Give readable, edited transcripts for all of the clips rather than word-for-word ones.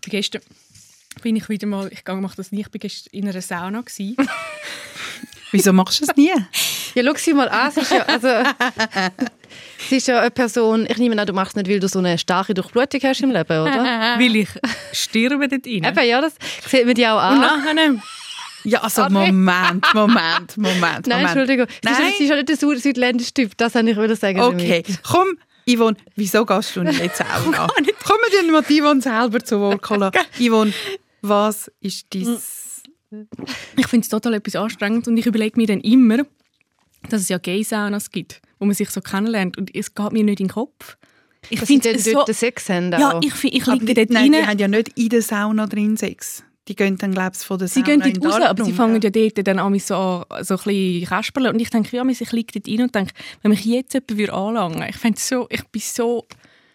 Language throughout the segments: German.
bin ich wieder mal, ich mache das nie, ich war gestern in einer Sauna. Wieso machst du das nie? Ja, schau sie mal an. Sie ist ja eine Person, ich nehme an, du machst es nicht, weil du so eine starke Durchblutung hast im Leben, oder? Weil ich sterbe dort rein. Eben, ja, das sieht man dir auch an. Und nachher... Ja, also Moment. Nein, Entschuldigung. Nein. Sie ist ja nicht der südländische Typ, das wollte ich wieder sagen. Okay, komm, Yvonne, wieso gehst du nicht in die Sauna? Komm, wir dir mal Yvonne selber zu Wort kommen. Yvonne, was ist dein... Ich finde es total etwas anstrengend und ich überlege mir dann immer, dass es ja Gay-Saunas gibt, wo man sich so kennenlernt und es geht mir nicht in den Kopf. Ich finde es so... den Sex haben ja, ich liege dort rein. Die rein. haben ja nicht in der Sauna drin Sex. Die gehen dann, glaube ich, von der Sauna Sie gehen dort raus, aber sie fangen ja dort dann an so ein bisschen kasperlen. Und ich denke, ja, ich liege dort rein und denke, wenn mich jetzt jemand anlangen würde, ich bin so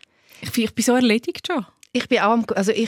erledigt schon. Ich bin auch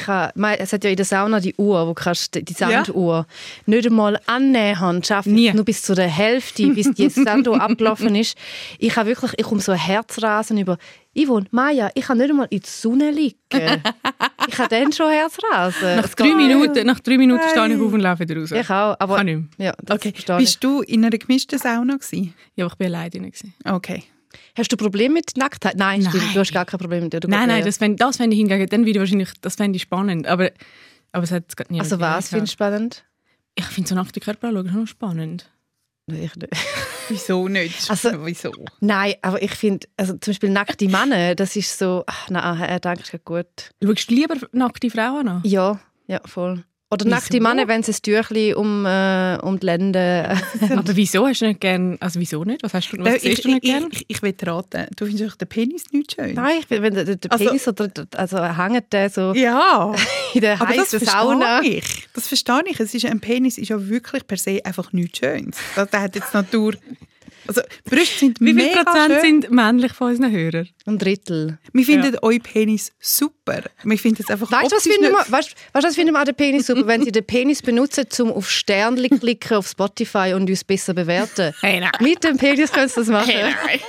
es hat ja in der Sauna die Uhr, wo kannst die Sanduhr nicht einmal annähern, schaffe ich nur bis zu der Hälfte, bis die Sanduhr abgelaufen ist. Ich komme so ein Herzrasen über. Yvonne, Maja, ich kann nicht einmal in der Sonne liegen. Ich habe dann schon Herzrasen. Nach 3 Minuten stehe ich auf und laufe wieder raus. Ich auch, aber... Kann nicht mehr. Ja, okay. Bist du in einer gemischten Sauna gewesen? Ja, aber ich war alleine drin. Okay. Hast du Probleme mit Nacktheit? Nein, stimmt, du hast gar kein Problem mit dir. Nein, das fände ich hingegen dann wieder wahrscheinlich, das fände ich spannend. Aber es hat nie. Also was findest du spannend? Ich finde so nackte Körper anschauen schon spannend. Ich nicht. Wieso nicht? Also, wieso? Nein, aber ich finde, also zum Beispiel nackte Männer, das ist so, nein, danke, gut. Schaust du lieber nackte Frauen an? Ja, voll. Oder nackte Männer, wenn sie ein Tüchlein um die Lenden... Aber wieso hast du nicht gern? Also wieso nicht? Was siehst du nicht gern? Ich will raten. Du findest den Penis nicht schön? Nein, wenn der Penis hängt der so in der heißen Sauna. Das verstehe ich. Ein Penis ist ja wirklich per se einfach nichts Schönes. Der hat jetzt Natur... Also, Brüste sind wie viel mega Prozent schön. sind männlich von unseren Hörern? 1/3. Wir finden euren Penis super. Wir finden es einfach Weißt du, was finden wir an den Penis super? Wenn sie den Penis benutzen, um auf Sternchen zu klicken auf Spotify und uns besser bewerten. Hey, nein. Mit dem Penis kannst du das machen. Hey, nein.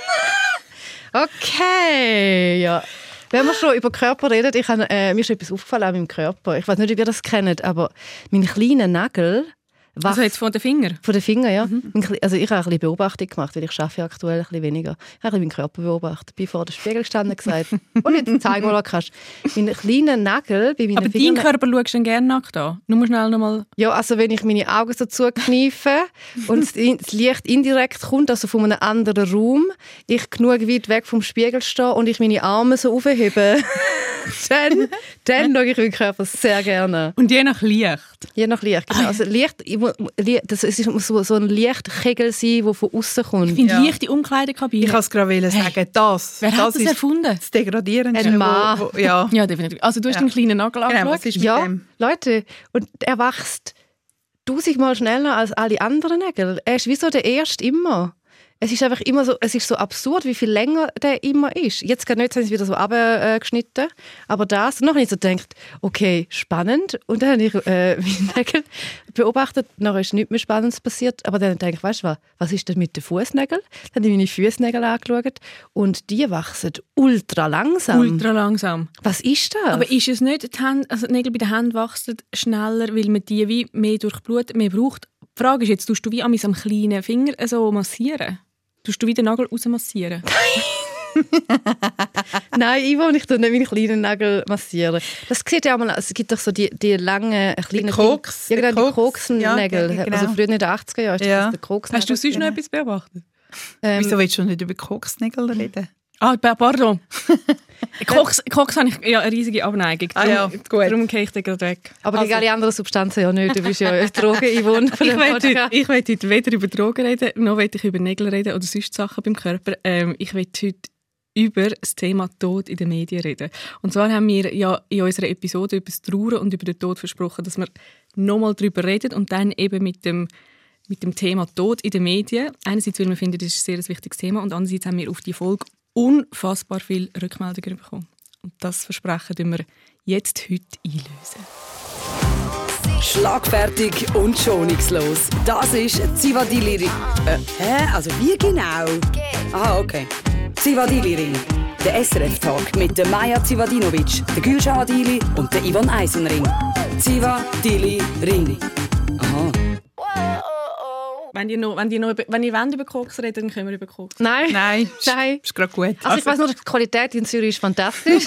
Okay, ja. Wenn wir schon über Körper reden, mir ist etwas aufgefallen an meinem Körper. Ich weiß nicht, ob ihr das kennt, aber mein kleiner Nagel... Also jetzt von den Fingern? Von den Fingern, ja. Also ich habe ein bisschen Beobachtung gemacht, weil ich arbeite aktuell ein bisschen weniger. Ich habe meinen Körper beobachtet. Ich bin vor dem Spiegel gestanden und gesagt, und jetzt zeig mal, was kannst. Mein kleiner Nagel bei meinen Aber Fingern... deinen Körper schaust du dann gerne nackt an? Nur schnell nochmal... Ja, also wenn ich meine Augen so zukneife und das Licht indirekt kommt, also von einem anderen Raum, ich genug weit weg vom Spiegel stehe und ich meine Arme so aufhebe, dann schaue ich meinen Körper sehr gerne. Und je nach Licht? Je nach Licht, genau. Also Licht, es muss so ein Lichtkegel sein, der von außen kommt. Ich finde leichte Umkleidekabine. Ich kann es gerade sagen, das. Wer hat das erfunden? Das Degradierendste. Ein Mann. Ja, definitiv. Also du hast einen kleinen Nagel angeschaut? Was ist mit dem? Leute, und er wächst 1000-mal schneller als alle anderen Nägel. Er ist wie so der Erste immer. Es ist einfach immer so, es ist so absurd, wie viel länger der immer ist. Jetzt gerade nicht, haben sie wieder so abgeschnitten, aber das. Und dann habe ich so gedacht, okay, spannend. Und dann habe ich meine Nägel beobachtet. Dann ist nichts mehr Spannendes passiert. Aber dann denke ich, weißt du was ist denn mit den Fußnägeln? Dann habe ich meine Fußnägel angeschaut und die wachsen ultra langsam. Ultra langsam. Was ist das? Aber ist es nicht, die Nägel bei den Händen wachsen schneller, weil man die wie mehr Durchblut mehr braucht? Die Frage ist jetzt, tust du wie am kleinen Finger so massieren? Tust du wieder den Nagel rausmassieren? Nein, Yvonne, ich tue nicht meinen kleinen Nagel massieren. Das sieht ja auch mal, es gibt doch so die langen, kleinen... Die Koks. Ja, genau, die Koksnägel. Ja, genau. Also früher in den 80er Jahren ist das der Koksnägel. Hast du sonst noch etwas beobachtet? Wieso willst du nicht über Koksnägel reden? Pardon. Koks habe ich eine riesige Abneigung. Gut. Darum gehe ich den gerade weg. Aber gegen alle anderen Substanzen ja nicht. Du bist ja eine Drogen-Yvonne. Ich will heute weder über Drogen reden, noch will ich über Nägel reden oder sonst Sachen beim Körper. Ich will heute über das Thema Tod in den Medien reden. Und zwar haben wir ja in unserer Episode über das Trauern und über den Tod versprochen, dass wir nochmal darüber reden und dann eben mit dem Thema Tod in den Medien. Einerseits, weil wir finden, das ist ein sehr wichtiges Thema und andererseits haben wir auf die Folge unfassbar viele Rückmeldungen bekommen. Und das Versprechen wir jetzt heute einlösen. Schlagfertig und schonungslos. Das ist Zivadili-Ring. Also wie genau? Aha, okay. Zivadili-Ring. Der SRF-Tag mit der Maja Zivadinovic, der Gülşah Adili und der Yvonne Eisenring. Zivadili Ring. Aha. Wenn ihr über Koks redet, dann können wir über Koks. Nein. Ist gerade gut. Also ich weiss nur, die Qualität in Zürich ist fantastisch.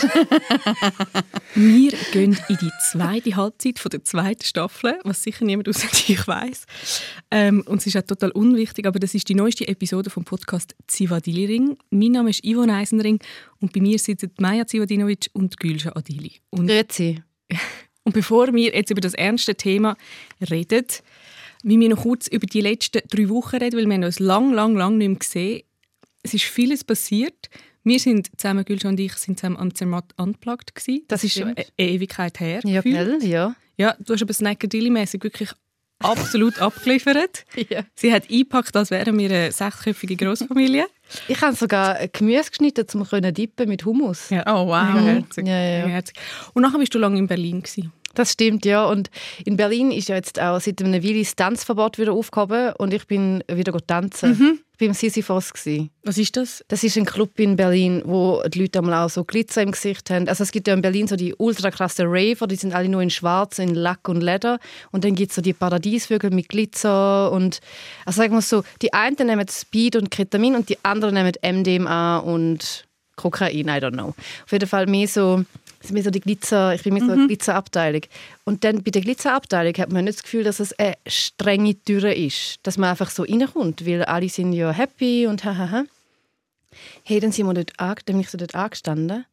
Wir gehen in die zweite Halbzeit von der zweiten Staffel, was sicher niemand außer dich weiss. Und es ist auch total unwichtig, aber das ist die neueste Episode vom Podcast Zivadili Ring. Mein Name ist Yvonne Eisenring und bei mir sitzen Maja Zivadinovic und Gülşah Adili. Grüezi. Und bevor wir jetzt über das ernste Thema reden, müssen wir noch kurz über die letzten 3 Wochen reden, weil wir uns lang nicht mehr gesehen. Es ist vieles passiert. Wir sind zusammen, Gülşah und ich, sind zusammen am Zermatt Unplugged gewesen. Das ist schon eine Ewigkeit her. Ja, gell? Ja. Ja, du hast aber Snackerdilly-mässig wirklich absolut abgeliefert. Ja. Sie hat eingepackt, als wären wir eine 6-köpfige Grossfamilie. Ich habe sogar Gemüse geschnitten, um zu dippen mit Hummus. Ja. Oh, wow. Herzig. Ja. Herzig. Und nachher warst du lange in Berlin gewesen. Das stimmt, ja. Und in Berlin ist ja jetzt auch seit einer Weile das Tanzverbot wieder aufgehoben und ich bin wieder tanzen. Ich war im Sisyphos. Was ist das? Das ist ein Club in Berlin, wo die Leute einmal auch so Glitzer im Gesicht haben. Also es gibt ja in Berlin so die ultra krassen Raver, die sind alle nur in Schwarz, in Lack und Leder. Und dann gibt es so die Paradiesvögel mit Glitzer. Und, also sagen wir so, die einen nehmen Speed und Ketamin und die anderen nehmen MDMA und Kokain, I don't know. Auf jeden Fall mehr so die Glitzer, ich bin mit so einer Glitzerabteilung. Und dann bei der Glitzerabteilung hat man nicht das Gefühl, dass es eine strenge Tür ist, dass man einfach so reinkommt, weil alle sind ja happy und hahaha. Hey, dann bin ich so dort angestanden.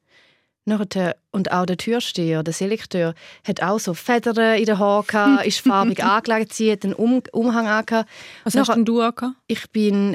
Und auch der Türsteher, der Selekteur, hat auch so Federn in den Haaren gehabt, ist farbig angelegt, sie hat einen Umhang angehabt. Was hast denn du angehabt? Ich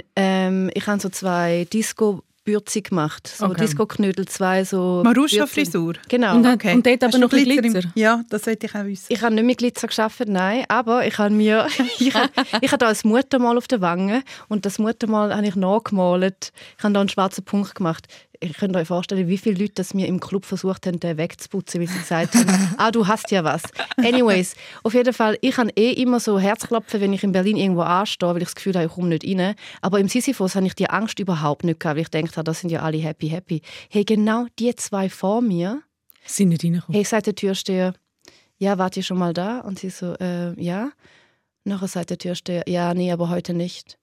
habe so 2 Disco-Bürzi gemacht. So Okay. Disco-Knödel, 2 so... Maruscha-Frisur. Genau. Und Okay. dort aber Hast noch du ein Glitzer Glitzer? Ja, das wollte ich auch wissen. Ich habe nicht mit Glitzer gearbeitet, nein, aber ich habe mir ich habe da ein Muttermal auf der Wange und das Muttermal habe ich nachgemalt. Ich habe da einen schwarzen Punkt gemacht. Ihr könnt euch vorstellen, wie viele Leute das mir im Club versucht haben, den wegzuputzen, weil sie gesagt haben, du hast ja was. Anyways, auf jeden Fall, ich habe immer so Herzklopfen, wenn ich in Berlin irgendwo anstehe, weil ich das Gefühl habe, ich komme nicht rein. Aber im Sisyphos habe ich die Angst überhaupt nicht gehabt, weil ich dachte, das sind ja alle happy. Hey, genau die 2 vor mir, Sind nicht reingekommen. hey, sagt der Türsteher, ja, wart ihr schon mal da? Und sie so, ja. Nachher sagt der Türsteher, ja, nee, aber heute nicht.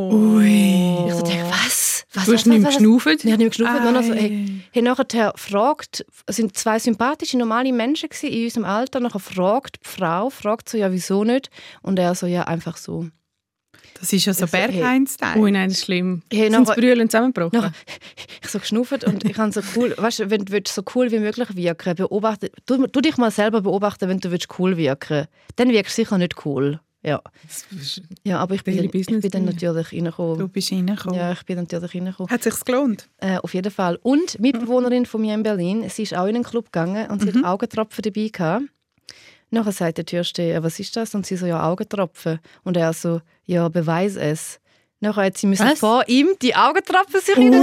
Ui. Ich so, was? Du hast nicht mehr geschnauft? Ich habe nicht mehr geschnauft. Nur noch so, Ei. hey, nachher sind 2 sympathische, normale Menschen gewesen, in unserem Alter. Nachher fragt die Frau, so, ja, wieso nicht? Und er so, ja, einfach so. Das ist ja so Also, hey. Berghain-Style. Ui, nein, das ist schlimm. Hey, Sind nachher- das Brüllen zusammengebrochen? Nachher, ich so geschnauft und ich habe so cool, weißt du, wenn du so cool wie möglich wirken willst, tu dich mal selber beobachten, wenn du cool wirken willst. Dann wirkst du sicher nicht cool. Ja, ja, aber ich Daily bin Business, dann ja. natürlich reingekommen. Du bist reingekommen. Ja, ich bin natürlich reingekommen. Hat es sich gelohnt? Auf jeden Fall. Und die Mitbewohnerin von mir in Berlin, sie ist auch in einen Club gegangen und sie hat Augentropfen dabei gehabt. Nachher sagt der Türsteher, was ist das? Und sie so, ja, Augentropfen. Und er so, ja, beweis es. Nachher hat sie müssen Was? vor ihm die Augentropfen sich Ui.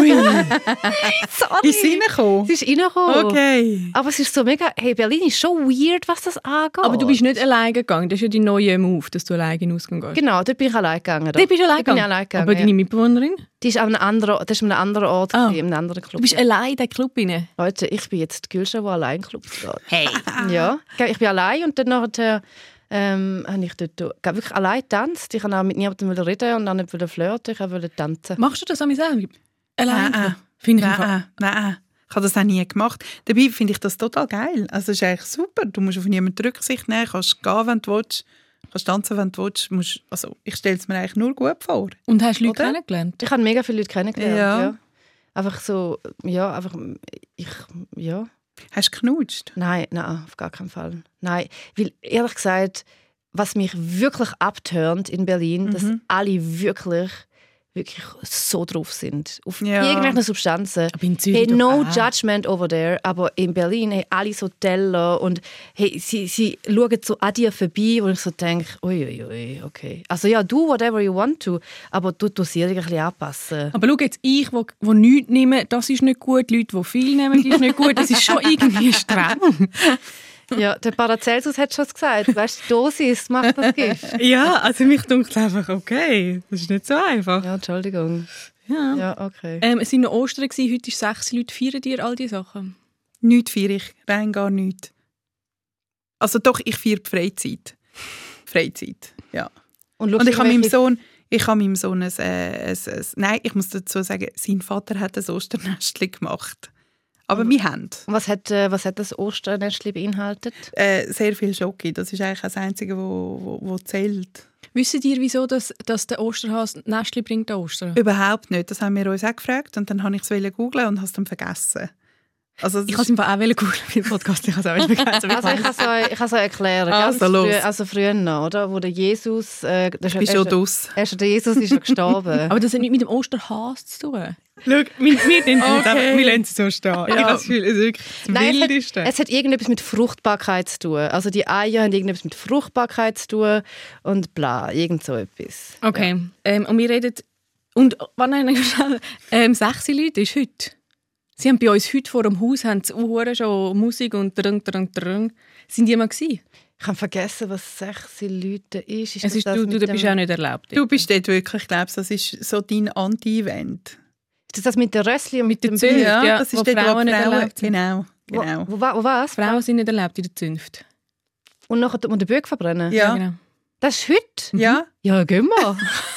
Sorry. Ist sie reingekommen? Sie ist reingekommen. Okay. Aber es ist so mega, hey, Berlin ist schon weird, was das angeht. Aber du bist nicht alleine gegangen. Das ist ja dein neuer Move, dass du alleine in den Ausgang gehst. Genau, dort bin ich allein gegangen. Dort bist du alleine Dort bin ich gegangen? allein gegangen, Aber deine ja. Mitbewohnerin? Das ist an einem anderen Ort, Ah. in einem anderen Club. Du bist allein in den Club rein? Leute, ich bin jetzt die Gülşah, die allein in den Club geht. Hey. Ja, ich bin allein und dann nachher habe ich dort wirklich allein getanzt. Ich wollte auch mit niemandem reden und auch nicht flirten, ich wollte tanzen. Machst du das an mir selber? Allein? Nein. Finde ich einfach. Nein. Ich habe das auch nie gemacht. Dabei finde ich das total geil. Also es ist eigentlich super. Du musst auf niemanden Rücksicht nehmen, kannst gehen, wenn du willst, kannst tanzen, wenn du willst. Also ich stelle es mir eigentlich nur gut vor. Und hast du Leute Oder? kennengelernt? Ich habe mega viele Leute kennengelernt. Ja. Ja. Einfach so, ja, einfach, ja. Hast du geknutscht? Nein, auf gar keinen Fall. Nein, weil ehrlich gesagt, was mich wirklich abturnt in Berlin, dass alle wirklich so drauf sind. Auf Ja. irgendwelchen Substanzen. Aber in Zürich Hey, doch no auch. judgment over there, aber in Berlin haben alle so Teller und hey, sie schauen so an dir vorbei, wo ich so denke, ui, okay. Also ja, do whatever you want to, aber du dosier dich ein bisschen anpassen. Aber schau jetzt, ich, wo nichts nehme, das ist nicht gut. Leute, die viel nehmen, das ist nicht gut. Das ist schon irgendwie streng. Ja, der Paracelsus hat schon gesagt. Weißt du, die Dosis macht das Gift. Ja, also mich denkt einfach, okay, das ist nicht so einfach. Ja, Entschuldigung. Ja. Ja, okay. Es waren noch Ostern, heute ist 6 Leute. Feiern dir all diese Sachen? Nichts feiere ich, rein gar nichts. Also doch, ich feiere die Freizeit. Freizeit, ja. Und ich habe meinem Sohn nein, ich muss dazu sagen, sein Vater hat ein Osternestchen gemacht. Aber wir haben. Was hat das Osternestchen beinhaltet? Sehr viel Schoki. Das ist eigentlich das Einzige, was zählt. Wisst ihr, wieso dass der Osterhase Nestchen bringt an Ostern? Überhaupt nicht. Das haben wir uns auch gefragt. Und dann habe ich es googeln und habe es dann vergessen. Also, ich wollte es auch googeln für den Podcast. Ich habe es auch vergessen. Also ich kann es euch erklären. Also früher noch, oder? Wo der Jesus... bist schon draus. Der Jesus ist ja gestorben. Aber das hat nichts mit dem Osterhase zu tun. Schau, wir lassen es so stehen. Ja. Ich habe das Gefühl, es ist wirklich das Wildeste. Es hat irgendetwas mit Fruchtbarkeit zu tun. Also die Eier haben irgendetwas mit Fruchtbarkeit zu tun und bla, irgend so etwas. Okay, ja. Und wir reden... Und wann haben wir 6 Leute ist heute. Sie haben bei uns heute vor dem Haus schon Musik und drung. Sind die mal gewesen? Ich habe vergessen, was 6 Leute ist. Du bist auch nicht erlaubt. Du bist dort wirklich, glaubst, das ist so dein Anti-Event. Ist das mit der Rössli und mit dem Zünft? Ja, das ist wo dort, Frauen nicht erlaubt sind. Genau. Wo was? Frauen sind nicht erlaubt in der Zünft. Und nachher den Böck verbrennen? Ja. Genau. Das ist heute? Ja. Ja, gehen wir.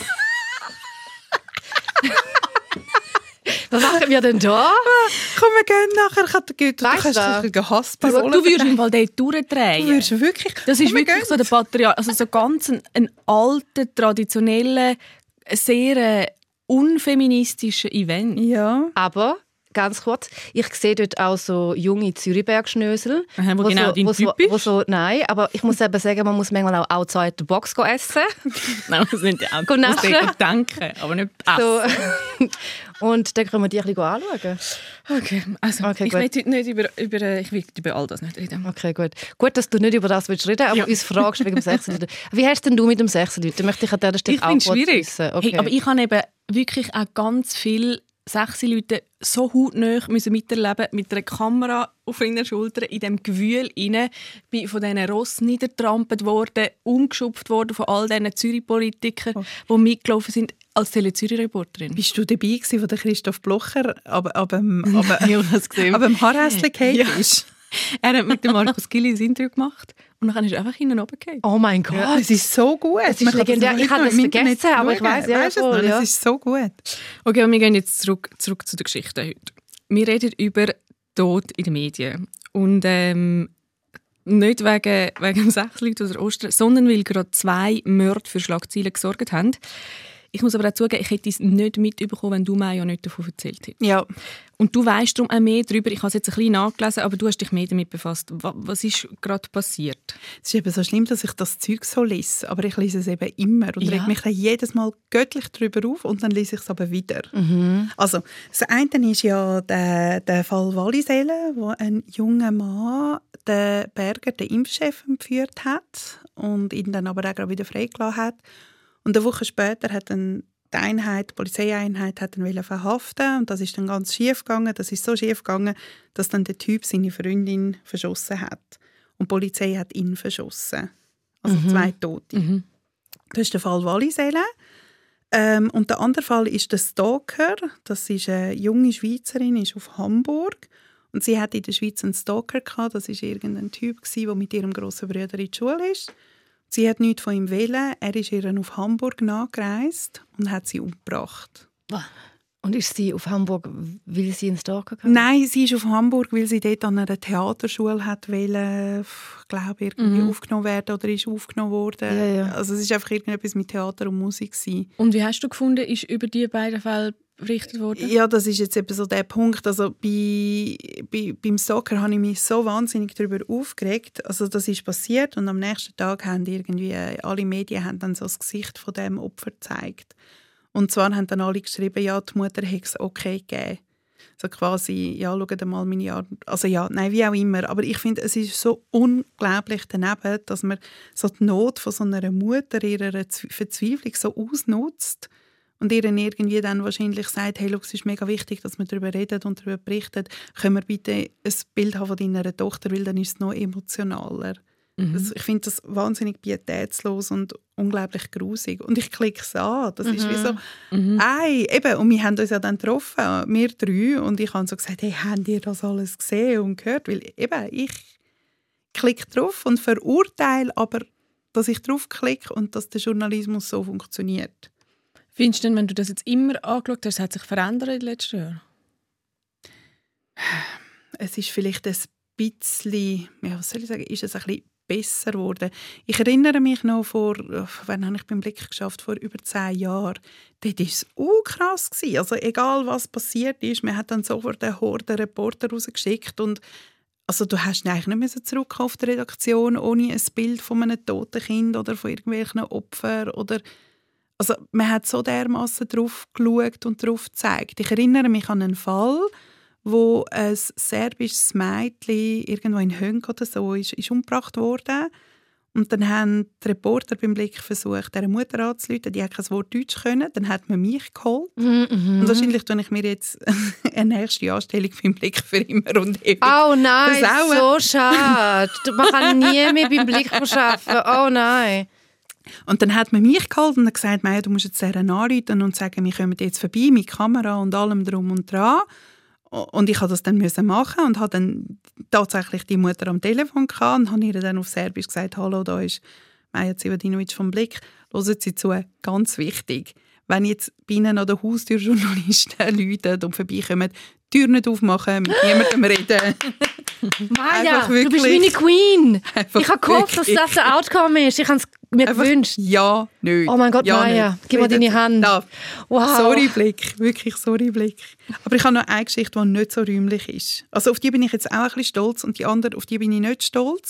Was machen wir denn da? Komm, wir gehen nachher. Du kannst ein Hassparole. Du würdest im Fall dort durchdrehen. Du würdest wirklich... Das ist wirklich so der Patriarch. Also so ganz ein alter, traditioneller, sehr unfeministischer Event. Ja. Aber... Ganz kurz, ich sehe dort auch so junge Zürichberg-Schnösel. Wo genau dein Typ ist? Nein, aber ich muss eben sagen, man muss manchmal auch outside the box essen. Nein, das sind ja auch denken, aber nicht essen. So. Und dann können wir die ein bisschen anschauen. Okay, also ich will heute nicht über all das nicht reden. Okay, gut. Gut, dass du nicht über das reden willst, aber uns fragst wegen dem 6 Leute. Wie hast denn du mit dem 6 Leute? Möchte ich an dieser Stelle auch schwierig. Wissen. Okay. Hey, aber ich habe eben wirklich auch ganz viele 6 Leute so hautnah miterleben mit einer Kamera auf ihrer Schulter in diesem Gewühl rein, bin von diesen Rossen niedertrampelt worden, umgeschupft worden von all diesen Zürich-Politikern, die mitgelaufen sind als Tele-Zürich-Reporterin. Bist du dabei gewesen, wo der Christoph Blocher aber dem Haarhäuschen gefallen ist? Er hat mit dem Markus Gilli ein Interview gemacht und dann ist er einfach hinten runtergefallen. Oh mein Gott. Ja, es ist so gut. Es ist legendär. Ich habe das vergessen, aber ich weiss ja voll. Es ist so gut. Okay, und wir gehen jetzt zurück zu der Geschichte heute. Wir reden über Tod in den Medien. Und nicht wegen dem 6 Leute oder Ostern, sondern weil gerade 2 Morde für Schlagzeilen gesorgt haben. Ich muss aber auch zugeben, ich hätte es nicht mitbekommen, wenn du mir ja nicht davon erzählt hättest. Ja. Und du weißt darum auch mehr darüber. Ich habe es jetzt ein bisschen nachgelesen, aber du hast dich mehr damit befasst. Was ist gerade passiert? Es ist eben so schlimm, dass ich das Zeug so lese. Aber ich lese es eben immer und reg mich dann jedes Mal göttlich darüber auf und dann lese ich es aber wieder. Mhm. Also, das eine ist ja der Fall Wallisellen, wo ein junger Mann den Berger, den Impfchef, entführt hat und ihn dann aber auch gerade wieder freigelassen hat. Und eine Woche später hat die Polizeieinheit hat ihn verhaften und das ist dann ganz schief gegangen. Das ist so schief gegangen, dass dann der Typ seine Freundin verschossen hat. Und die Polizei hat ihn verschossen. Also 2 Tote. Mhm. Das ist der Fall Wallisellen. Und der andere Fall ist der Stalker. Das ist eine junge Schweizerin, ist auf Hamburg. Und sie hat in der Schweiz einen Stalker gehabt. Das war irgendein Typ, der mit ihrem grossen Bruder in die Schule ist. Sie hat nichts von ihm wollen. Er ist ihr auf Hamburg nachgereist und hat sie umgebracht. Und ist sie auf Hamburg, weil sie einen Stalker hatte? Nein, sie ist auf Hamburg, weil sie dort an einer Theaterschule hat wollen, ich glaube, irgendwie aufgenommen werden oder ist aufgenommen worden. Ja. Also es war einfach irgendetwas mit Theater und Musik gewesen. Und wie hast du gefunden, ist über die beiden Fälle berichtet worden? Ja, das ist jetzt eben so der Punkt. Also beim Stalker habe ich mich so wahnsinnig darüber aufgeregt. Also das ist passiert und am nächsten Tag haben irgendwie alle Medien haben dann so das Gesicht von dem Opfer gezeigt. Und zwar haben dann alle geschrieben, ja, die Mutter hätte es okay gegeben. So quasi, ja, schaut mal meine Art. Also ja, nein, wie auch immer. Aber ich finde, es ist so unglaublich daneben, dass man so die Not von so einer Mutter, ihrer Verzweiflung so ausnutzt und ihr dann irgendwie dann wahrscheinlich sagt, hey, es ist mega wichtig, dass wir darüber reden und darüber berichten, können wir bitte ein Bild haben von deiner Tochter, weil dann ist es noch emotionaler. Ich finde das wahnsinnig pietätslos und unglaublich grusig. Und ich klicke es an. Das ist wie so, eben, und wir haben uns ja dann getroffen, wir 3, und ich habe so gesagt, hey, habt ihr das alles gesehen und gehört? Weil eben, ich klicke drauf und verurteile aber, dass ich drauf klicke und dass der Journalismus so funktioniert. Findest du denn, wenn du das jetzt immer angeschaut hast, hat sich verändert in den letzten Jahren? Es ist vielleicht ein bisschen, ja, was soll ich sagen, ist es ein bisschen besser geworden. Ich erinnere mich noch wann habe ich beim Blick geschafft? Vor über 10 Jahren. Dort war es krass gewesen. Also egal, was passiert ist, man hat dann sofort eine Horde Reporter rausgeschickt und also du hast eigentlich nicht zurück auf die Redaktion ohne ein Bild von einem toten Kind oder von irgendwelchen Opfern oder also man hat so dermassen drauf geschaut und drauf gezeigt. Ich erinnere mich an einen Fall, wo ein serbisches Mädchen irgendwo in Hönk oder so ist umgebracht worden. Und dann haben die Reporter beim Blick versucht, dieser Mutter anzurufen. Die hat kein Wort Deutsch können. Dann hat man mich geholt. Und wahrscheinlich tue ich mir jetzt eine nächste Anstellung beim Blick für immer und ewig Oh nein, versauen. So schade. Man kann nie mehr beim Blick arbeiten. Oh nein. Und dann hat man mich geholt und gesagt, Maja, du musst jetzt der anrufen und sagen, wir kommen jetzt vorbei mit Kamera und allem drum und dran. Und ich musste das dann machen und hatte dann tatsächlich die Mutter am Telefon gehabt und habe ihr dann auf Serbisch gesagt, hallo, da ist Maja Zivadinovic vom Blick. Hören Sie zu, ganz wichtig. Wenn jetzt bei Ihnen an der Haustür Journalisten läuten und vorbeikommen, die Tür nicht aufmachen, mit niemandem reden. Maja, du bist meine Queen. Ich habe gehofft, dass das der Outcome ist. Ich habe es mir gewünscht. Ja, nicht. Oh mein Gott, ja, Maja, nicht. gib mir deine Hand. Ja. Wow. Sorry, Blick. Wirklich sorry, Blick. Aber ich habe noch eine Geschichte, die nicht so räumlich ist. Also auf die bin ich jetzt auch ein bisschen stolz und die andere, auf die bin ich nicht stolz.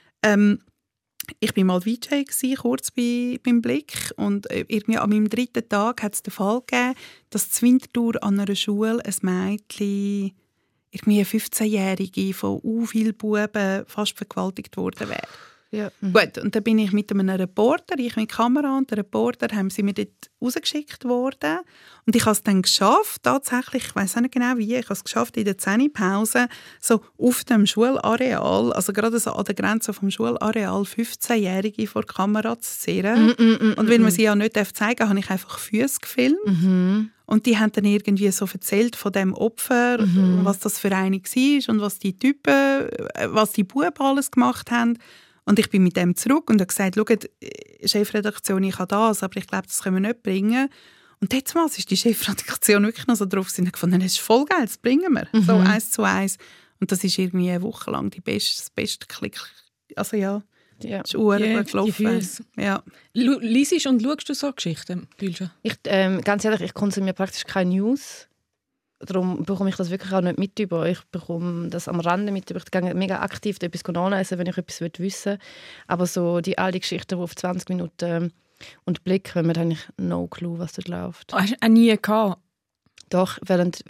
Ich war mal VJ, kurz beim Blick. Und irgendwie an meinem 3. Tag hat es den Fall gegeben, dass in Winterthur an einer Schule ein Mädchen, irgendwie eine 15-Jährige, von vielen Buben fast vergewaltigt worden wäre. Ja. Gut, und dann bin ich mit einem Reporter, ich mit Kamera und der Reporter, haben sie mir dort rausgeschickt worden. Und ich habe es dann geschafft, tatsächlich, ich weiss auch nicht genau wie, ich habe es geschafft, in der 10-Pause so auf dem Schulareal, also gerade so an der Grenze vom Schulareal, 15-Jährige vor die Kamera zu sehen. Und weil man sie ja nicht zeigen darf, habe ich einfach Füße gefilmt. Und die haben dann irgendwie so erzählt von dem Opfer, was das für eine war und was die Typen, was die Buben alles gemacht haben. Und ich bin mit dem zurück und habe gesagt, schaut, Chefredaktion, ich habe das, aber ich glaube, das können wir nicht bringen. Und jetzt mal ist die Chefredaktion wirklich noch so drauf, sie haben gefunden, das ist voll geil, das bringen wir. So 1:1. Und das ist irgendwie eine Woche lang das beste Klick. Also ja, das ist gut gelaufen. Ja. Liest und schaust du so Geschichten, Gülscha? Ganz ehrlich, ich konsumiere praktisch keine News. Darum bekomme ich das wirklich auch nicht mit über. Ich bekomme das am Rande mit über. Ich gehe mega aktiv etwas nachlesen, wenn ich etwas wissen will. Aber so all die Geschichten, die auf 20 Minuten und Blick kommen, habe ich no clue, was dort läuft. Hast du nie gehabt? Doch, während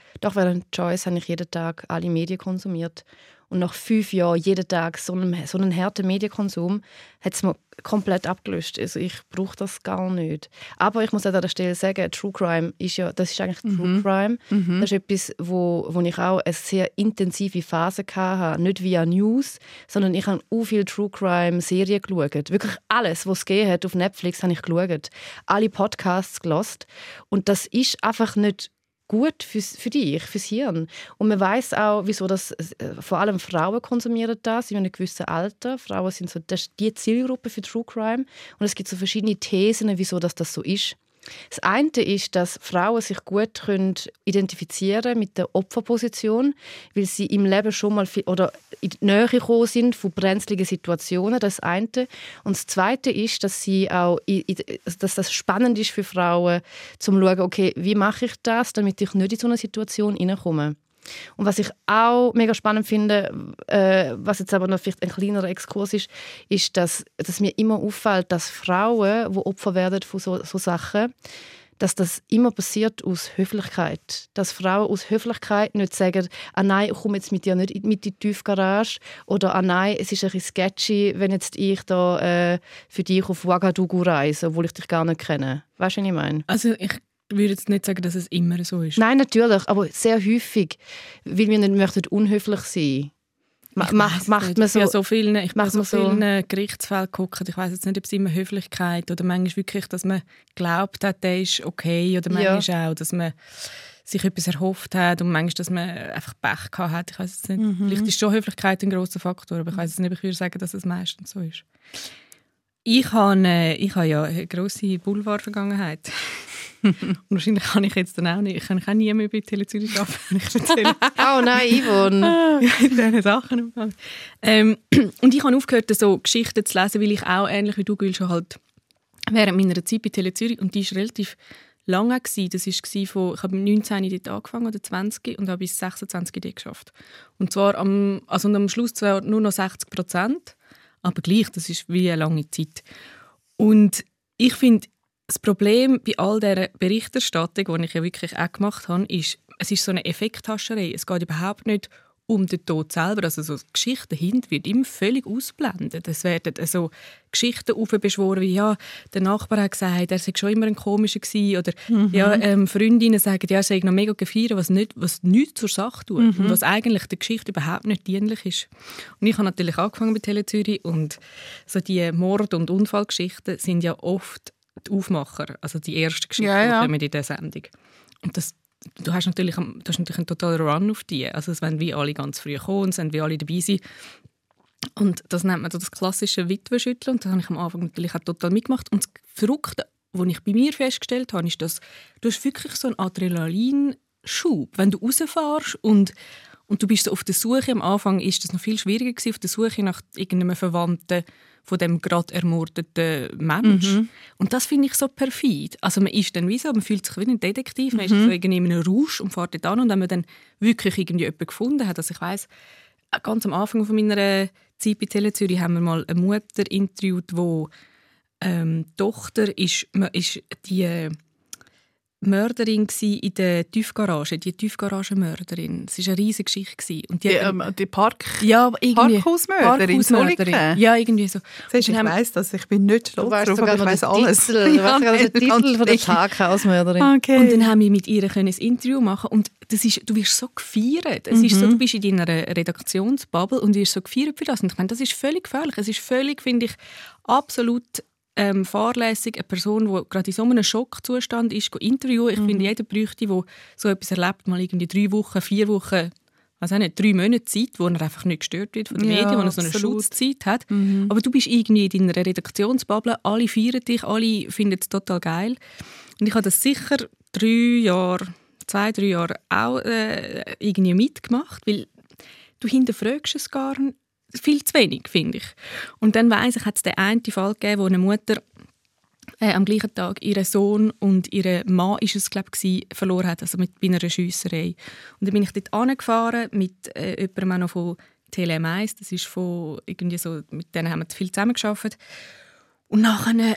Choice habe ich jeden Tag alle Medien konsumiert. Und nach 5 Jahren jeden Tag so einen harten Medienkonsum hat es mir komplett abgelöscht. Also ich brauche das gar nicht. Aber ich muss an der Stelle sagen, True Crime ist eigentlich True Crime. Das ist etwas, wo ich auch eine sehr intensive Phase hatte. Nicht via News, sondern ich habe auch viele True Crime Serien geschaut. Wirklich alles, was es gegeben hat auf Netflix, habe ich geschaut. Alle Podcasts gehört. Und das ist einfach nicht gut für dich, fürs Hirn. Und man weiss auch, wieso das vor allem Frauen konsumieren das in einem gewissen Alter. Frauen sind so die Zielgruppe für True Crime. Und es gibt so verschiedene Thesen, wieso das so ist. Das eine ist, dass Frauen sich gut identifizieren mit der Opferposition, weil sie im Leben schon mal oder in die Nähe gekommen sind von brenzligen Situationen. Das eine. Und das zweite ist, dass dass das spannend ist für Frauen, zum zu schauen, okay, wie mache ich das, damit ich nicht in so eine Situation hineinkomme. Und was ich auch mega spannend finde, was jetzt aber noch vielleicht ein kleinerer Exkurs ist, dass mir immer auffällt, dass Frauen, die Opfer werden von so Sachen, dass das immer passiert aus Höflichkeit. Dass Frauen aus Höflichkeit nicht sagen, «Ah nein, ich komme jetzt mit dir nicht mit in die Tiefgarage» oder «Ah nein, es ist ein bisschen sketchy, wenn jetzt ich da für dich auf Ouagadougou reise, obwohl ich dich gar nicht kenne.» Weißt du, was ich meine? Also ich würde jetzt nicht sagen, dass es immer so ist. Nein, natürlich, aber sehr häufig, weil wir nicht möchten unhöflich sein. Macht man so, ich bin so vielen Gerichtsfällen geguckt. Ich weiss jetzt nicht, ob es immer Höflichkeit oder manchmal wirklich, dass man glaubt hat, der ist okay, oder manchmal auch, dass man sich etwas erhofft hat und manchmal, dass man einfach Pech gehabt hat. Ich weiss jetzt nicht. Vielleicht ist schon Höflichkeit ein grosser Faktor, aber ich weiss jetzt nicht, ich würde sagen, dass es meistens so ist. Ich habe ja eine grosse Boulevard-Vergangenheit. Und wahrscheinlich kann ich jetzt dann auch nicht. Ich kann auch nie mehr bei Tele Zürich arbeiten, wenn ich erzähle. Oh nein, Yvonne. In diesen Sachen. Und ich habe aufgehört, so Geschichten zu lesen, weil ich auch, ähnlich wie du, Gül, schon halt während meiner Zeit bei Tele Zürich, und die war relativ lange. Das war ich habe mit 19 dort angefangen, oder 20, und habe bis 26 dort geschafft. Und zwar am Schluss zwar nur noch 60%, aber gleich, das ist wie eine lange Zeit. Und ich finde, das Problem bei all dieser Berichterstattung, die ich ja wirklich auch gemacht habe, ist, es ist so eine Effekthascherei. Es geht überhaupt nicht um den Tod selber. Also so Geschichten dahinter wird immer völlig ausblendet. Es werden also Geschichten aufbeschworen, wie ja, der Nachbar hat gesagt, er sei schon immer ein Komischer gewesen, oder Freundinnen sagen, ja, er sei noch mega gefeiert, was nichts zur Sache tut und was eigentlich der Geschichte überhaupt nicht dienlich ist. Und ich habe natürlich angefangen bei Tele Zürich, und so die Mord- und Unfallgeschichten sind ja oft die Aufmacher, also die erste Geschichte, die kommen in dieser Sendung. Und du hast natürlich einen totalen Run auf die. Also es werden wie alle ganz früh kommen, es werden wie alle dabei sein. Und das nennt man das klassische Witwenschütteln. Und das habe ich am Anfang natürlich auch total mitgemacht. Und das Verrückte, was ich bei mir festgestellt habe, ist, dass du hast wirklich so einen Adrenalinschub, wenn du rausfährst und du bist so auf der Suche. Am Anfang ist das noch viel schwieriger gewesen, auf der Suche nach irgendeinem Verwandten von dem gerade ermordeten Mensch. Und das finde ich so perfid. Also man ist dann wie so, man fühlt sich wie ein Detektiv, man ist so irgendwie in einem Rausch und fährt dort an, und wenn man dann wirklich irgendwie jemanden gefunden hat. Also ich weiss, ganz am Anfang von meiner Zeit bei Tele Zürich haben wir mal eine Mutter interviewt, wo die Tochter ist die Mörderin in der Tiefgarage, die Tiefgaragenmörderin. Das war eine riesige Geschichte. Und die Parkhausmörderin. Ja, irgendwie so. Ich weiss das, ich bin nicht stolz drauf, aber ich weiss alles. Du weißt sogar den Titel von der Parkhausmörderin. Okay. Und dann haben wir mit ihr ein Interview machen, und du wirst so gefeiert. Es ist so, du bist in deiner Redaktionsbubble und wirst so gefeiert für das. Und ich meine, das ist völlig gefährlich. Es ist völlig, finde ich, absolut fahrlässig, eine Person, die gerade in so einem Schockzustand ist, interviewen. Ich finde, jeder bräuchte, der so etwas erlebt, mal irgendwie 3 Wochen, 4 Wochen, also nicht 3 Monate Zeit, wo er einfach nicht gestört wird von den Medien, wo er so eine Schutzzeit hat. Aber du bist irgendwie in deiner Redaktionsbubble, alle feiern dich, alle finden es total geil. Und ich habe das sicher 2-3 Jahre auch irgendwie mitgemacht, weil du hinterfragst es gar nicht. Viel zu wenig, finde ich. Und dann weiss ich, hat es den einen Fall gegeben, wo eine Mutter am gleichen Tag ihren Sohn und ihren Mann, ist es, glaube ich, verloren hat, also bei einer Schiesserei. Und dann bin ich dort angefahren mit jemandem auch noch von TLM1, das ist von irgendwie so, mit denen haben wir viel zusammengearbeitet. Und nachher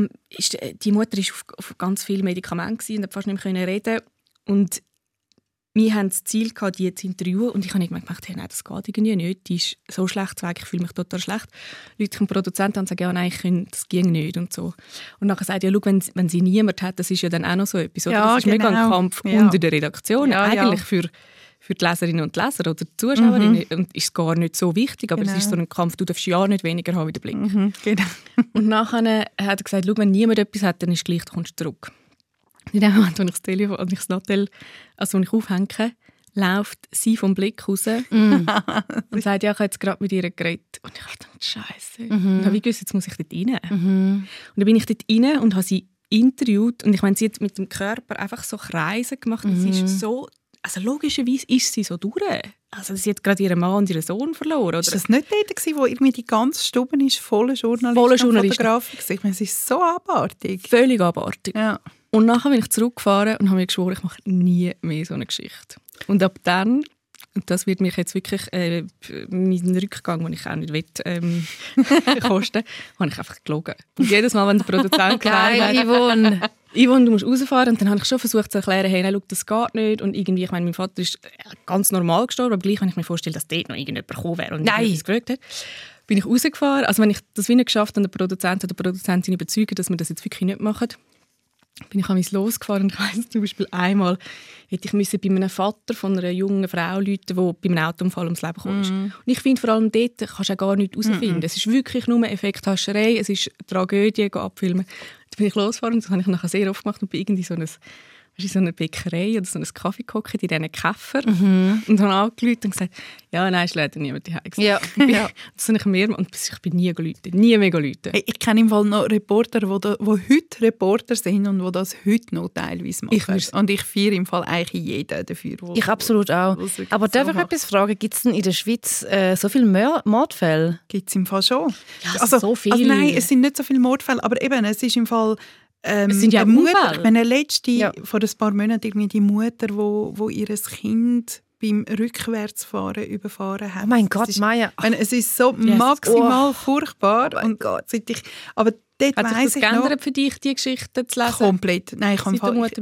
die Mutter war auf ganz viele Medikamente und hat fast nicht mehr reden. Und wir hatten das Ziel, die zu interviewen, und ich habe gedacht, hey, nein, das geht irgendwie nicht. Die ist so schlecht weg, ich fühle mich total schlecht. Leute kommen Produzenten und sagen, ja, nein, das ging nicht und so. Und nachher sagt ja, schau, wenn sie niemand hat, das ist ja dann auch noch so etwas. Oder? Ja, das ist mega ein Kampf unter der Redaktion, eigentlich für die Leserinnen und Leser oder die Zuschauerinnen. Und ist gar nicht so wichtig, aber es ist so ein Kampf, du darfst ja nicht weniger haben wie der Blick. Genau. Und nachher hat er gesagt, schau, wenn niemand etwas hat, dann ist es gleich, du kommst zurück. In dem Moment, als ich das Telefon, als ich aufhänge, läuft sie vom Blick raus und sagt, ja, ich habe jetzt gerade mit ihr geredet. Und ich dachte, Scheiße. Und ich habe gewusst, jetzt muss ich dort rein. Und dann bin ich dort rein und habe sie interviewt. Und ich meine, sie hat mit dem Körper einfach so Kreise gemacht. Sie ist so, also logischerweise ist sie so durch. Also sie hat gerade ihren Mann und ihren Sohn verloren. Oder? Ist das nicht der, wo irgendwie die ganze Stube ist, voller Journalisten und Fotografen? Ich meine, es ist so abartig. Völlig abartig. Ja. Und nachher bin ich zurückgefahren und habe mir geschworen, ich mache nie mehr so eine Geschichte. Und ab dann, und das wird mich jetzt wirklich meinen Rückgang, den ich auch nicht will, kosten, habe ich einfach gelogen. Und jedes Mal, wenn der Produzent geil, Yvonne. Yvonne, du musst rausfahren. Und dann habe ich schon versucht zu erklären, hey, nein, schau, das geht nicht. Und irgendwie, ich meine, mein Vater ist ganz normal gestorben, aber gleich, wenn ich mir vorstelle, dass dort noch irgendjemand gekommen wäre und mich gefragt hat, bin ich rausgefahren. Also wenn ich das nicht geschafft habe, den Produzenten oder Produzentin überzeugen, dass wir das jetzt wirklich nicht machen, bin ich an mich losgefahren. Und ich weiss zum Beispiel einmal, hätte ich bei einem Vater von einer jungen Frau rufen, die bei einem Autounfall ums Leben gekommen ist. Und ich finde, vor allem dort kannst du auch gar nichts herausfinden. Es ist wirklich nur Effekthascherei, es ist Tragödie, abfilmen. Dann bin ich losgefahren und das habe ich nachher sehr oft gemacht und bin irgendwie so eine Bäckerei oder so ein Kaffee gehockt in diesen Käfer und habe angerufen und gesagt, ja, nein, ist leider niemand daheim. Ja. Das habe ich mehr und ich bin nie mehr gerufen. Hey, ich kenne im Fall noch Reporter, die heute Reporter sind und die das heute noch teilweise machen. Und ich feiere im Fall eigentlich jeden dafür. Ich absolut auch. Aber darf ich etwas fragen, gibt es denn in der Schweiz so viele Mordfälle? Gibt es im Fall schon. Ja, so viele. Also nein, es sind nicht so viele Mordfälle, aber eben, es ist im Fall... es sind ja Mutter, ich meine, vor ein paar Monaten irgendwie die Mutter, wo ihr Kind beim Rückwärtsfahren überfahren hat. Oh mein Gott, Maja. Es ist so maximal furchtbar. Oh mein Gott. Aber dort hat sich weiss das ich geändert noch, für dich, die Geschichten zu lesen? Komplett. Nein, ich kann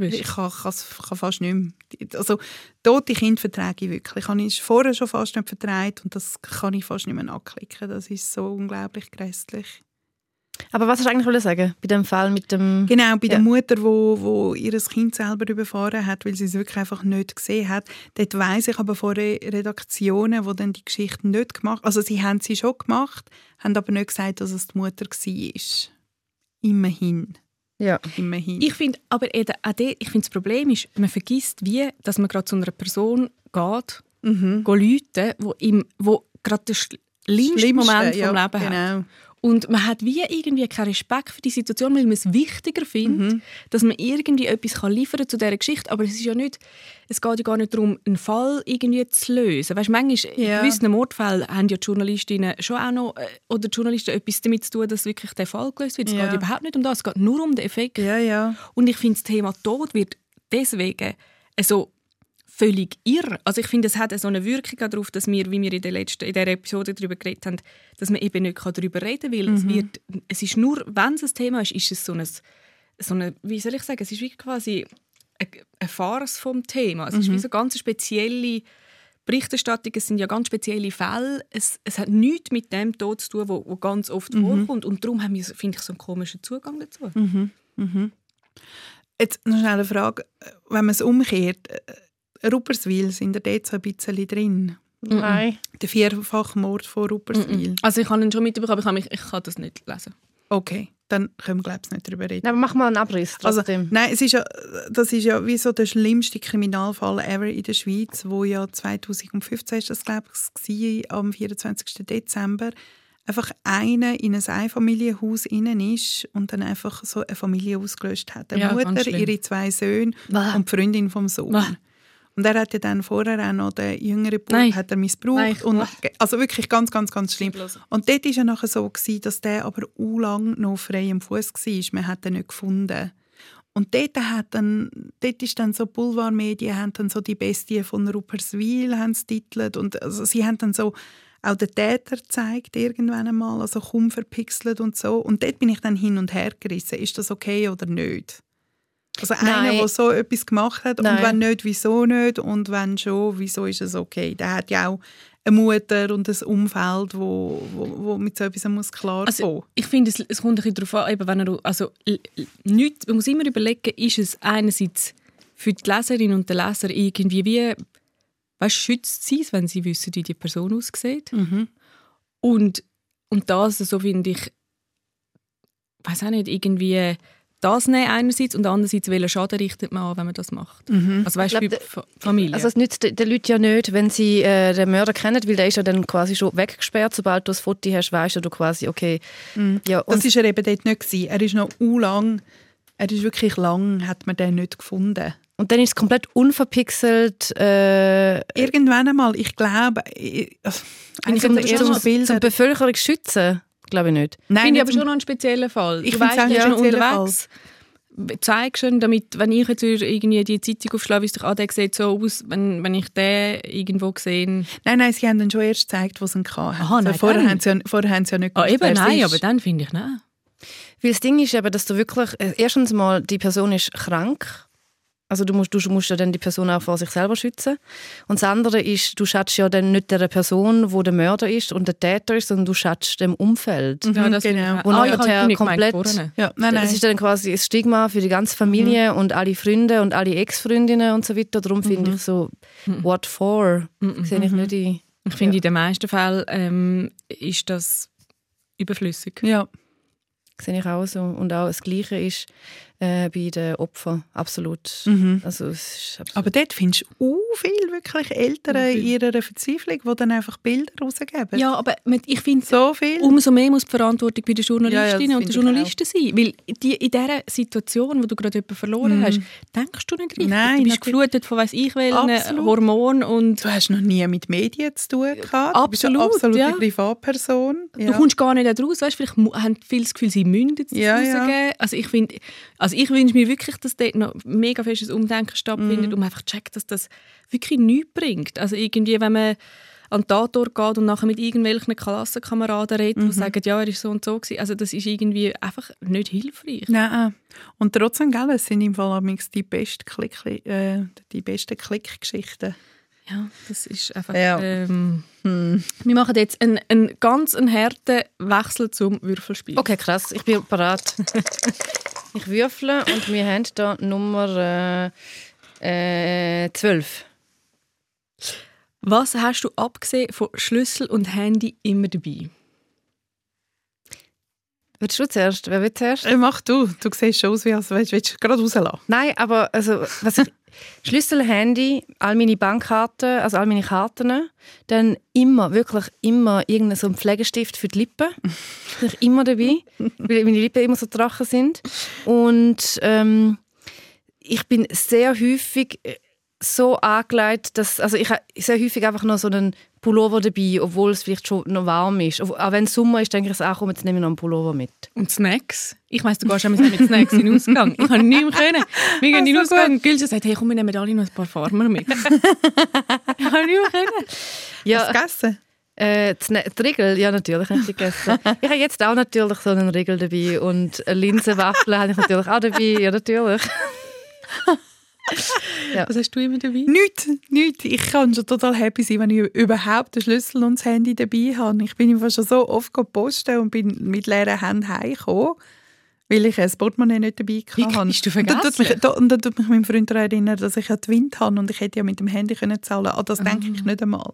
fast nicht mehr. Also, tote Kinder vertrage ich wirklich. Ich habe es vorher schon fast nicht vertragen und das kann ich fast nicht mehr anklicken. Das ist so unglaublich grässlich. Aber was hast du eigentlich sagen bei dem Fall mit dem... Genau, bei der Mutter, wo ihr Kind selber überfahren hat, weil sie es wirklich einfach nicht gesehen hat. Dort weiss ich aber von Redaktionen, die dann die Geschichte nicht gemacht haben. Also sie haben sie schon gemacht, haben aber nicht gesagt, dass es die Mutter war. Immerhin. Ja. Immerhin. Ich finde, aber das Problem ist, man vergisst, dass man gerade zu einer Person geht, rufen, wo gerade den schlimmsten Moment vom Leben hat. Und man hat wie irgendwie keinen Respekt für die Situation, weil man es wichtiger findet, dass man irgendwie etwas liefern kann zu dieser Geschichte. Aber es geht ja gar nicht darum, einen Fall irgendwie zu lösen. Weißt, manchmal in gewissen Mordfällen haben ja die Journalistinnen schon auch noch, oder die Journalisten etwas damit zu tun, dass wirklich der Fall gelöst wird. Es geht überhaupt nicht um das, es geht nur um den Effekt. Ja. Und ich finde, das Thema Tod wird deswegen so völlig irre. Also ich finde, es hat so eine Wirkung darauf, dass wir, wie wir in der Episode darüber geredet haben, dass man eben nicht darüber reden kann, weil es ist nur, wenn es ein Thema ist es so eine, wie soll ich sagen, es ist wie quasi eine Farce vom Thema. Es ist wie so ganz spezielle Berichterstattung, es sind ja ganz spezielle Fälle. Es hat nichts mit dem Tod zu tun, wo ganz oft vorkommt. Und darum haben wir, finde ich, so einen komischen Zugang dazu. Jetzt noch schnell eine Frage, wenn man es umkehrt, Rupperswil, sind da dort so ein bisschen drin? Nein. Der Vierfachmord von Rupperswil. Also ich habe ihn schon mitbekommen, aber ich kann das nicht lesen. Okay, dann können wir, glaube ich, nicht darüber reden. Aber mach mal einen Abriss trotzdem. Also, nein, das ist ja wie so der schlimmste Kriminalfall ever in der Schweiz, wo ja 2015 ist das, glaube ich, war, am 24. Dezember, einfach einer in ein Einfamilienhaus innen ist und dann einfach so eine Familie ausgelöscht hat. Die Mutter, ihre 2 Söhne und die Freundin vom Sohn. Und er hat ja dann vorher auch noch den jüngeren Bruder hat er missbraucht. Also wirklich ganz, ganz, ganz schlimm. Und dort war es ja nachher so, dass der aber lang noch frei am Fuß war. Man hat ihn nicht gefunden. Und dort ist dann so Boulevardmedien haben dann so die Bestie von Rupperswil titelt und also sie haben dann so auch den Täter gezeigt irgendwann einmal, also kaum verpixelt und so. Und dort bin ich dann hin und her gerissen. Ist das okay oder nicht? Also einer, der so etwas gemacht hat und wenn nicht, wieso nicht? Und wenn schon, wieso ist es okay? Der hat ja auch eine Mutter und ein Umfeld, wo mit so etwas muss klar kommen. Ich finde, es kommt ein bisschen darauf an, eben, wenn man muss immer überlegen, ist es einerseits für die Leserin und den Leser irgendwie schützt sie es, wenn sie wissen, wie die Person aussieht. Und das, so finde ich, weiß auch nicht, irgendwie das nehmen einerseits und andererseits, welchen Schaden richtet man an, wenn man das macht. Also weißt du, Familie. Also es nützt den Leuten ja nicht, wenn sie den Mörder kennen, weil der ist ja dann quasi schon weggesperrt. Sobald du ein Foto hast, weißt du quasi, okay. Ja, das war er eben dort nicht gewesen. Er ist noch wirklich lang, hat man den nicht gefunden. Und dann ist es komplett unverpixelt. Irgendwann einmal, ich glaube, zum Bevölkerung schützen. Glaube ich nicht. Nein, finde ich aber schon noch einen speziellen Fall. Ich finde es auch schon unterwegs. Zeig schon, damit, wenn ich jetzt irgendwie die Zeitung aufschlage, wie der sieht so aus, wenn ich den irgendwo sehe. Nein, sie haben dann schon erst gezeigt, was ihn hatte. Aha, also vorher haben sie ja nicht gewusst, eben, nein, aber dann finde ich, nein. Weil das Ding ist eben, dass du wirklich, erstens mal, die Person ist krank. Also du musst ja dann die Person auch vor sich selber schützen. Und das andere ist, du schätzt ja dann nicht der Person, wo der Mörder ist und der Täter ist, sondern du schätzt dem Umfeld. Ja, das genau. Wo nachher komplett... Ja, nein. Das ist dann quasi ein Stigma für die ganze Familie und alle Freunde und alle Ex-Freundinnen und so weiter. Darum finde ich so, what for? Sehe ich nicht ein. Ich finde, in den meisten Fällen ist das überflüssig. Ja. Sehe ich auch so. Und auch das Gleiche ist bei den Opfern. Absolut. Also, es ist absolut. Aber dort findest du viel wirklich Eltern in ihrer Verzweiflung, die dann einfach Bilder rausgeben. Ja, aber ich finde, so viel. Umso mehr muss die Verantwortung bei den Journalistinnen und den finde ich Journalisten sein. Weil in dieser Situation, wo du gerade jemanden verloren hast, denkst du nicht richtig. Nein, du bist natürlich. geflutet von weiss ich welchen Absolut. Hormonen. Und Du hast noch nie mit Medien zu tun gehabt. Absolut, du bist eine absolute ja. Privatperson. du kommst gar nicht daraus. Weißt, vielleicht haben viele das Gefühl, sie müssen es rausgeben. Also ich wünsche mir wirklich, dass dort noch mega festes Umdenken stattfindet, um einfach zu checken, dass das wirklich nichts bringt. Also irgendwie, wenn man an den Tatort geht und nachher mit irgendwelchen Klassenkameraden redet, die sagen, ja, er war so und so gewesen. Also das ist irgendwie einfach nicht hilfreich. Nein. Und trotzdem, gell, es sind im Fall die besten Klickgeschichten. Ja, das ist einfach... Ja. Wir machen jetzt einen ganz harten Wechsel zum Würfelspiel. Okay, krass. Ich bin bereit. Ich würfle und wir haben hier Nummer 12. Was hast du abgesehen von Schlüssel und Handy immer dabei? Willst du zuerst? Wer will zuerst? Mach du. Du siehst schon aus, wie als willst du gerade rauslassen. Nein, aber also, Schlüssel, Handy, all meine Bankkarten, also all meine Karten, dann wirklich immer irgendein so ein Pflegestift für die Lippen. Bin ich immer dabei, weil meine Lippen immer so trocken sind. Und ich bin sehr häufig so angelegt, dass ich habe sehr häufig einfach noch so einen Pullover dabei, obwohl es vielleicht schon noch warm ist. Auch wenn es Sommer ist, denke ich, komm, jetzt nehme ich noch einen Pullover mit. Und Snacks? Ich weiss, du gehst auch mit Snacks in den Ausgang. Ich kann nicht mehr können. Wir gehen in den Ausgang und Gülse sagt, hey, komm, wir nehmen alle noch ein paar Farmer mit. Ich kann nicht mehr können. Ja. Hast du gegessen? Die Riegel, ja natürlich habe ich gegessen. Ich habe jetzt auch natürlich so einen Riegel dabei und Linsenwaffeln habe ich natürlich auch dabei, ja natürlich. Ja. Was hast du immer dabei? Nichts. Ich kann schon total happy sein, wenn ich überhaupt den Schlüssel und das Handy dabei habe. Ich bin einfach schon so oft posten und bin mit leeren Händen heimgekommen, weil ich ein Portemonnaie nicht dabei hatte. Wie hast du vergessen? Und dann tut mich mein Freund daran erinnern, dass ich ja die Wind habe und ich hätte ja mit dem Handy zahlen können. An das denke ich nicht einmal.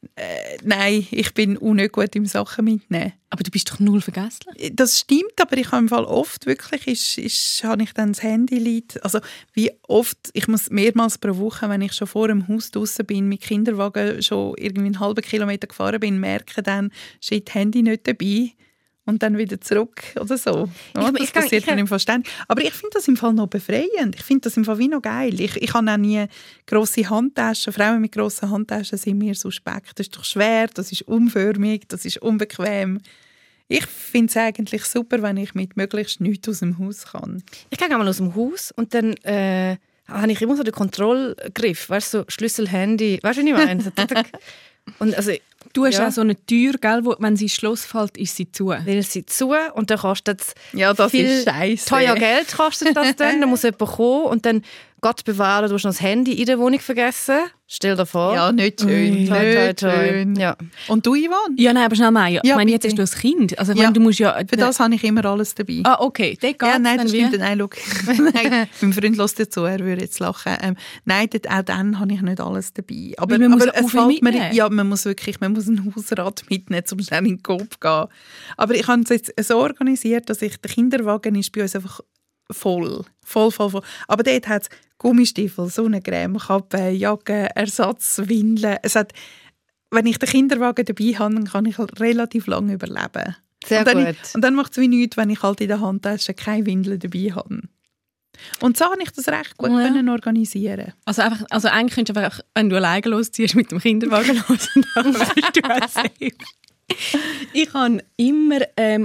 Nein, ich bin auch nicht gut im Sachen mitnehmen. Aber du bist doch null vergesslich. Das stimmt, aber ich habe im Fall oft wirklich, habe ich dann das Handy liegt. Also wie oft, ich muss mehrmals pro Woche, wenn ich schon vor dem Haus draussen bin, mit Kinderwagen schon irgendwie einen halben Kilometer gefahren bin, merke dann, steht das Handy nicht dabei. Und dann wieder zurück oder so. Ja, das passiert dann im Fall ständig. Aber ich finde das im Fall noch befreiend. Ich finde das im Fall wie noch geil. Ich habe auch nie grosse Handtaschen. Frauen mit grossen Handtaschen sind mir suspekt. Das ist doch schwer, das ist unförmig, das ist unbequem. Ich finde es eigentlich super, wenn ich mit möglichst nichts aus dem Haus kann. Ich gehe einmal aus dem Haus und dann habe ich immer so den Kontrollgriff. Weißt du, so Schlüssel, Handy. Weißt du, was ich meine? Und also, du hast auch so eine Tür, gell, wo, wenn sie ins Schloss fällt, ist sie zu. Dann ist sie zu und dann kostet es viel teuer Geld. Kostet das dann muss jemand kommen und dann, Gott bewahre, du hast noch das Handy in der Wohnung vergessen. Stell dir vor. Ja, nicht schön. Nicht schön. Ja. Und du, Yvonne? Ja, nein, aber schnell mal. Ja, ich meine, jetzt hast du ein Kind. Also, ich meine, du musst ja... Für das habe ich immer alles dabei. Ah, okay. Nein, das stimmt. Nein, schau. Nein, mein Freund hört dazu, er würde jetzt lachen. Nein, auch dann habe ich nicht alles dabei. Aber man muss es fällt mir, ja, man muss einen Hausrat mitnehmen, um schnell in den Kopf zu gehen. Aber ich habe es jetzt so organisiert, dass der Kinderwagen ist bei uns einfach voll. Aber dort hat es Gummistiefel, Sonnencreme, Kappe, Jacke, Ersatzwindeln. Wenn ich den Kinderwagen dabei habe, dann kann ich halt relativ lange überleben. Sehr gut. Und dann macht es wie nichts, wenn ich halt in der Handtasche keine Windeln dabei habe. Und so habe ich das recht gut können organisieren. Also eigentlich könntest du einfach, wenn du alleine losziehst mit dem Kinderwagen los, dann weißt du auch safe. Ich habe immer,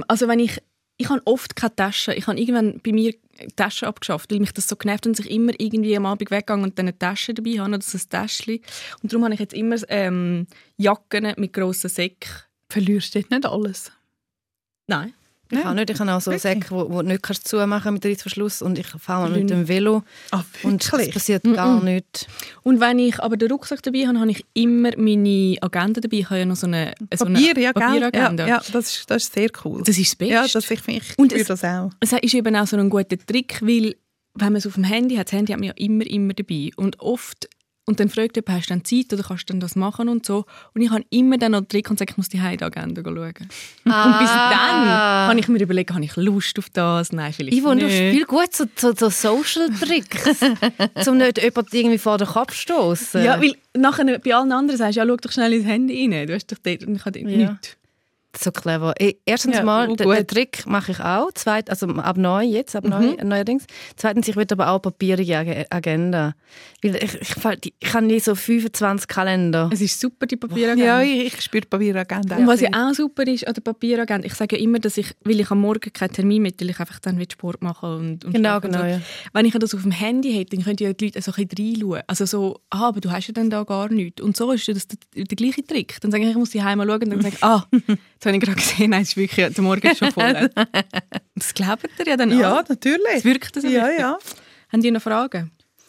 ich habe oft keine Tasche. Ich habe irgendwann bei mir Taschen abgeschafft, weil mich das so genervt und ich immer irgendwie am Abend weggegangen und dann eine Tasche dabei habe, oder so ein Täschchen. Und darum habe ich jetzt immer Jacken mit grossen Säcken. Verlierst du dort nicht alles? Nein. Ich auch nicht. Ich habe auch so Säcke, wo du nicht zumachen mit Reissverschluss und ich fahre mal mit dem Velo. Und es passiert gar nichts. Und wenn ich aber den Rucksack dabei habe, habe ich immer meine Agenda dabei. Ich habe ja noch so eine Papieragenda. Ja, das ist sehr cool. Das ist das Beste. Ja, ich spüre das auch. Es ist eben auch so ein guter Trick, weil wenn man es auf dem Handy hat, das Handy hat man ja immer dabei. Und oft, und dann fragt jemand, hast du dann Zeit oder kannst du dann das machen und so. Und ich habe immer dann noch den Trick und sage, ich muss die Agenda schauen. Und bis dann kann ich mir überlegen, habe ich Lust auf das? Nein, vielleicht Ivo, nicht. Du spielst gut so Social-Tricks, um nicht jemanden irgendwie vor den Kopf zu stoßen. Ja, weil nachher bei allen anderen sagst du, ja, schau doch schnell ins Handy rein. Du hast doch dort und ich habe nichts. So clever. Erstens mal, den Trick mache ich auch. Also ab neu jetzt, neuerdings. Zweitens, ich will aber auch papierige Agenda. Weil ich habe nie so 25 Kalender. Es ist super, die Papieragenda. Ja, ich spüre die Papieragenda. Und was ja auch super ist an der Papieragenda, ich sage ja immer, dass weil ich am Morgen keinen Termin mit, weil ich einfach dann Sport machen und genau, und so. Ja. Wenn ich das auf dem Handy hätte, dann könnten ja die Leute so ein bisschen reinschauen. Also so, aber du hast ja dann da gar nichts. Und so ist das der gleiche Trick. Dann sage ich muss die heim schauen und dann sage ich, jetzt habe ich gerade gesehen, nein, es ist wirklich, der Morgen ist schon voll. Das glaubt ihr ja dann auch. Ja, natürlich. Das wirkt das ja, richtig. Ja. Haben die noch Fragen?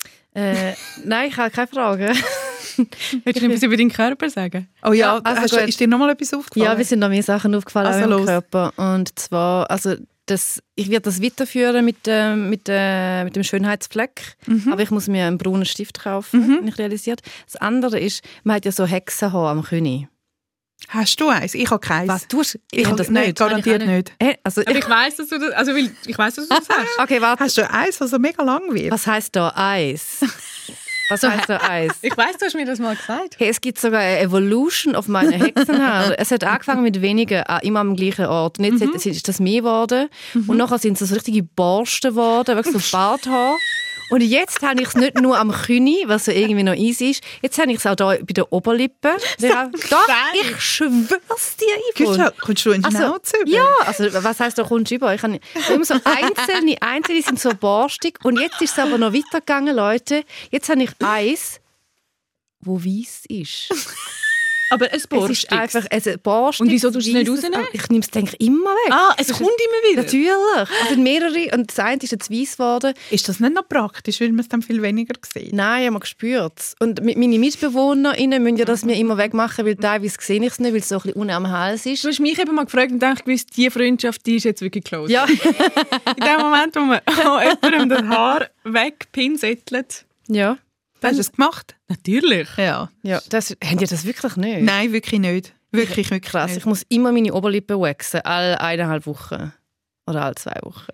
Nein, ich habe keine Fragen. Willst du etwas über deinen Körper sagen? Oh ja, also ist dir noch mal etwas aufgefallen? Ja, mir sind noch mehr Sachen aufgefallen in meinem Körper. Und zwar, ich werde das weiterführen mit dem Schönheitsfleck. Aber ich muss mir einen braunen Stift kaufen, habe ich realisiert. Das andere ist, man hat ja so Hexenhaar am Knie. Hast du eins? Ich habe keins. Was tust du? Ich habe das nicht, garantiert nicht. Aber ich weiss, dass du das, dass du das hast. Okay, warte. Hast du eins, das so mega lang wird? Was heisst da Eis? Was heisst da Eis? Ich weiss, du hast mir das mal gesagt. Hey, es gibt sogar eine Evolution auf meinen Hexenhaaren. Es hat angefangen mit wenigen, immer am gleichen Ort. Und jetzt ist das mehr geworden. Und nachher sind es so richtige Borsten geworden, wirklich so Barthaar. Und jetzt habe ich es nicht nur am Knie, was so irgendwie noch easy ist. Jetzt habe ich es auch hier bei der Oberlippe. Ja, doch, ich schwör's dir, Ivo. Kommst du in die Schnauze über? Ja, also was heisst, da kommst du über? Ich habe immer so einzelne sind so borstig. Und jetzt ist es aber noch weitergegangen, Leute. Jetzt habe ich eins, wo weiss ist. Aber ein Borstig. Es ist einfach ein Borstig. Und wieso tust du es nicht rausnehmen? Ich nehme es, denke ich, immer weg. Es kommt immer wieder? Natürlich. Also mehrere. Und das eine ist jetzt weiss geworden. Ist das nicht noch praktisch, weil man es dann viel weniger sieht? Nein, ich habe gespürt. Und meine MitbewohnerInnen müssen ja das mir immer wegmachen, weil teilweise sehe ich es nicht, weil es so ein bisschen unten am Hals ist. Du hast mich eben mal gefragt und dachte, die Freundschaft die ist jetzt wirklich close. Ja. In dem Moment, wo man jemandem das Haar wegpinsettelt. Ja. Hast du es gemacht? Natürlich. Ja. Haben die das wirklich nicht? Nein, wirklich nicht. Wirklich krass. Nicht. Ich muss immer meine Oberlippe waxen, alle 1,5 Wochen. Oder alle 2 Wochen.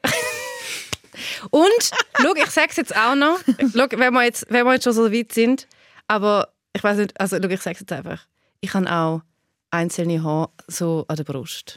Und, schau, ich sage es jetzt auch noch, schau, wenn wir jetzt schon so weit sind, aber ich weiß nicht, also schau, ich sage es jetzt einfach, ich habe auch einzelne Haare so an der Brust.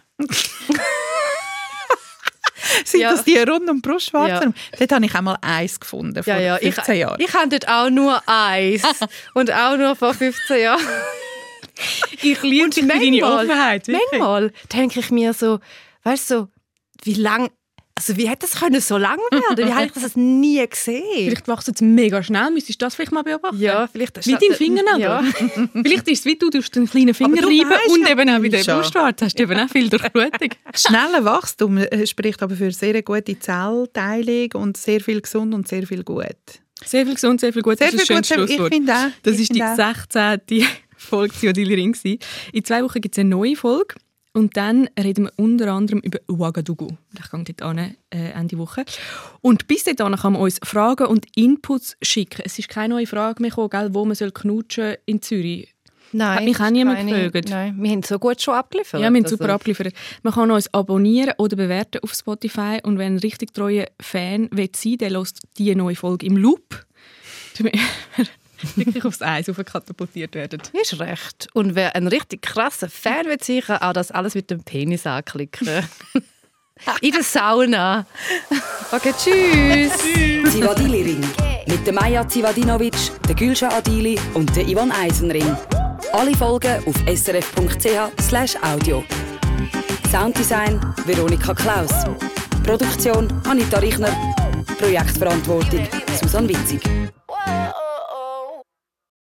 Sind das die rund um die Brustwarzen? Ja. Dort habe ich einmal eins gefunden, vor 15 Jahren. Ich habe dort auch nur eins. Und auch nur vor 15 Jahren. Ich liebe dich für deine Offenheit. Manchmal denke ich mir so, weißt du, wie lang... Also wie hätte das können so lang werden? Wie habe ich das nie gesehen? Vielleicht wachsen sie mega schnell. Müsstest du das vielleicht mal beobachten? Ja, vielleicht. Wie dein Fingernagel. Ja. Vielleicht ist es wie du den kleinen Finger reiben und eben auch bei der Brustwarze hast du eben auch viel Durchblutung. Schnelles Wachstum spricht aber für sehr gute Zellteilung und sehr viel gesund und sehr viel gut. Sehr viel gesund, sehr viel gut. Das ist ein schönes Schlusswort. Das ist die 16. Folge von «Die Ring». In 2 Wochen gibt es eine neue Folge. Und dann reden wir unter anderem über Ouagadougou. Ich gehe dort an, Ende Woche. Und bis dahin kann man uns Fragen und Inputs schicken. Es ist keine neue Frage mehr gekommen, gell, wo man knutschen in Zürich. Nein. Hat mich auch niemand gefragt. Nein, wir haben so gut schon abgeliefert. Ja, wir haben super abgeliefert. Man kann uns abonnieren oder bewerten auf Spotify. Und wenn ein richtig treuer Fan sein will, der hört diese neue Folge im Loop. Wirklich aufs Eis katapultiert werden. Ist recht. Und wer ein richtig krasser Fan wird, sicher auch das alles mit dem Penis anklicken. In der Sauna. Okay, tschüss. Zivadili Ring. Mit der Maja Zivadinovic, der Gülşah Adili und der Ivan Eisenring. Alle Folgen auf srf.ch/audio. Sounddesign Veronika Klaus. Produktion Anita Richner. Projektverantwortung Susanne Witzig.